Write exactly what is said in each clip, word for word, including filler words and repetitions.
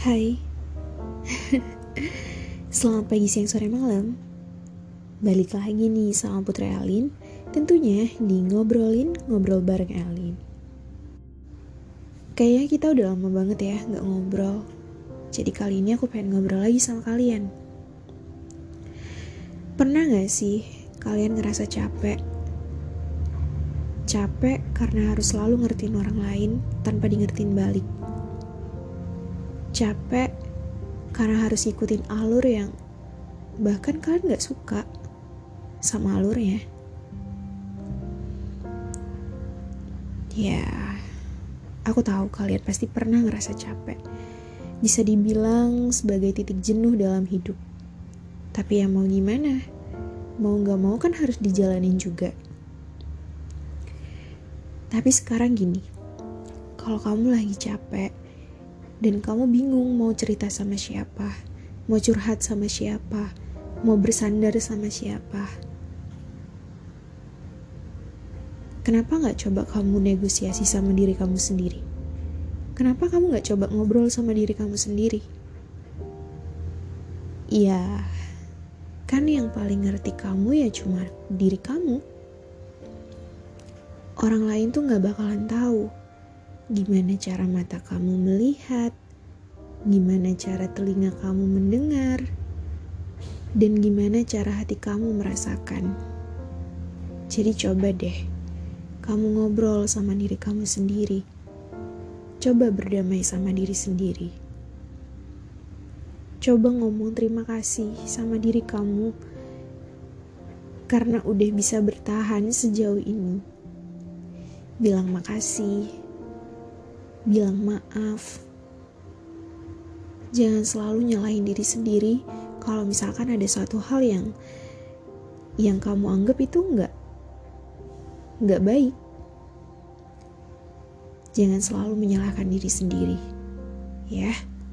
Hai, selamat pagi, siang, sore, malam. Balik lagi nih sama Putri Alin, tentunya di Ngobrolin Ngobrol bareng Alin. Kayaknya kita udah lama banget ya gak ngobrol. Jadi kali ini aku pengen ngobrol lagi sama kalian. Pernah gak sih kalian ngerasa capek? Capek karena harus selalu ngertiin orang lain tanpa di ngertiin balik. Capek karena harus ikutin alur yang bahkan kalian gak suka sama alurnya. Ya, aku tahu kalian pasti pernah ngerasa capek. Bisa dibilang sebagai titik jenuh dalam hidup. Tapi ya mau gimana? Mau gak mau kan harus dijalanin juga. Tapi sekarang gini, kalau kamu lagi capek dan kamu bingung mau cerita sama siapa, mau curhat sama siapa, mau bersandar sama siapa, kenapa gak coba kamu negosiasi sama diri kamu sendiri? Kenapa kamu gak coba ngobrol sama diri kamu sendiri? Iya, kan yang paling ngerti kamu ya cuma diri kamu. Orang lain tuh gak bakalan tahu gimana cara mata kamu melihat, gimana cara telinga kamu mendengar, dan gimana cara hati kamu merasakan. Jadi coba deh, kamu ngobrol sama diri kamu sendiri. Coba berdamai sama diri sendiri. Coba ngomong terima kasih sama diri kamu karena udah bisa bertahan sejauh ini. Bilang makasih, bilang maaf. Jangan selalu nyalahin diri sendiri kalau misalkan ada suatu hal yang yang kamu anggap itu enggak enggak baik. Jangan selalu menyalahkan diri sendiri, ya.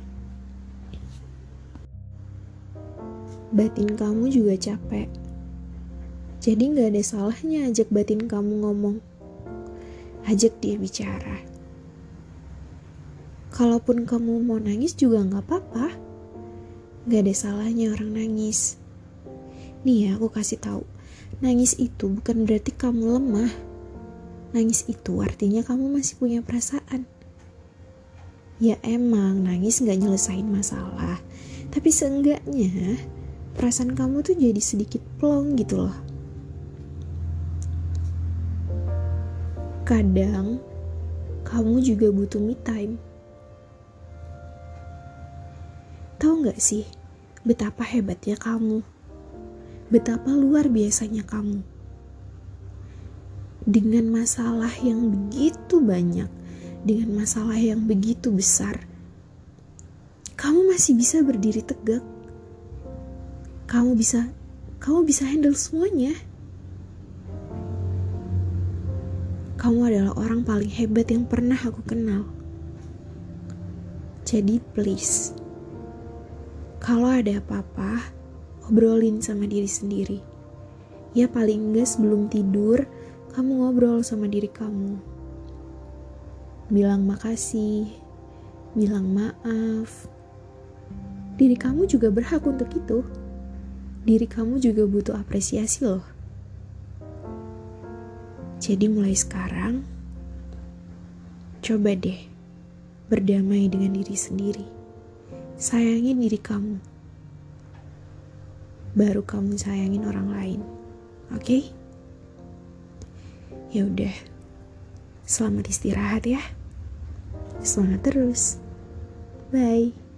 Batin kamu juga capek. Jadi enggak ada salahnya ajak batin kamu ngomong. Ajak dia bicara. Kalaupun kamu mau nangis juga gak apa-apa. Gak ada salahnya orang nangis. Nih ya, aku kasih tahu. Nangis itu bukan berarti kamu lemah. Nangis itu artinya kamu masih punya perasaan. Ya emang nangis gak nyelesain masalah. Tapi seenggaknya perasaan kamu tuh jadi sedikit plong gitu loh. Kadang kamu juga butuh me time. Tahu gak sih betapa hebatnya kamu? Betapa luar biasanya kamu? Dengan masalah yang begitu banyak, dengan masalah yang begitu besar, kamu masih bisa berdiri tegak. Kamu bisa, kamu bisa handle semuanya. Kamu adalah orang paling hebat yang pernah aku kenal. Jadi please, kalau ada apa-apa, obrolin sama diri sendiri. Ya paling enggak sebelum tidur, kamu ngobrol sama diri kamu. Bilang makasih, bilang maaf. Diri kamu juga berhak untuk itu. Diri kamu juga butuh apresiasi loh. Jadi mulai sekarang, coba deh berdamai dengan diri sendiri. Sayangi diri kamu. Baru kamu sayangin orang lain. Oke? Okay? Ya udah. Selamat istirahat ya. Semangat terus. Bye.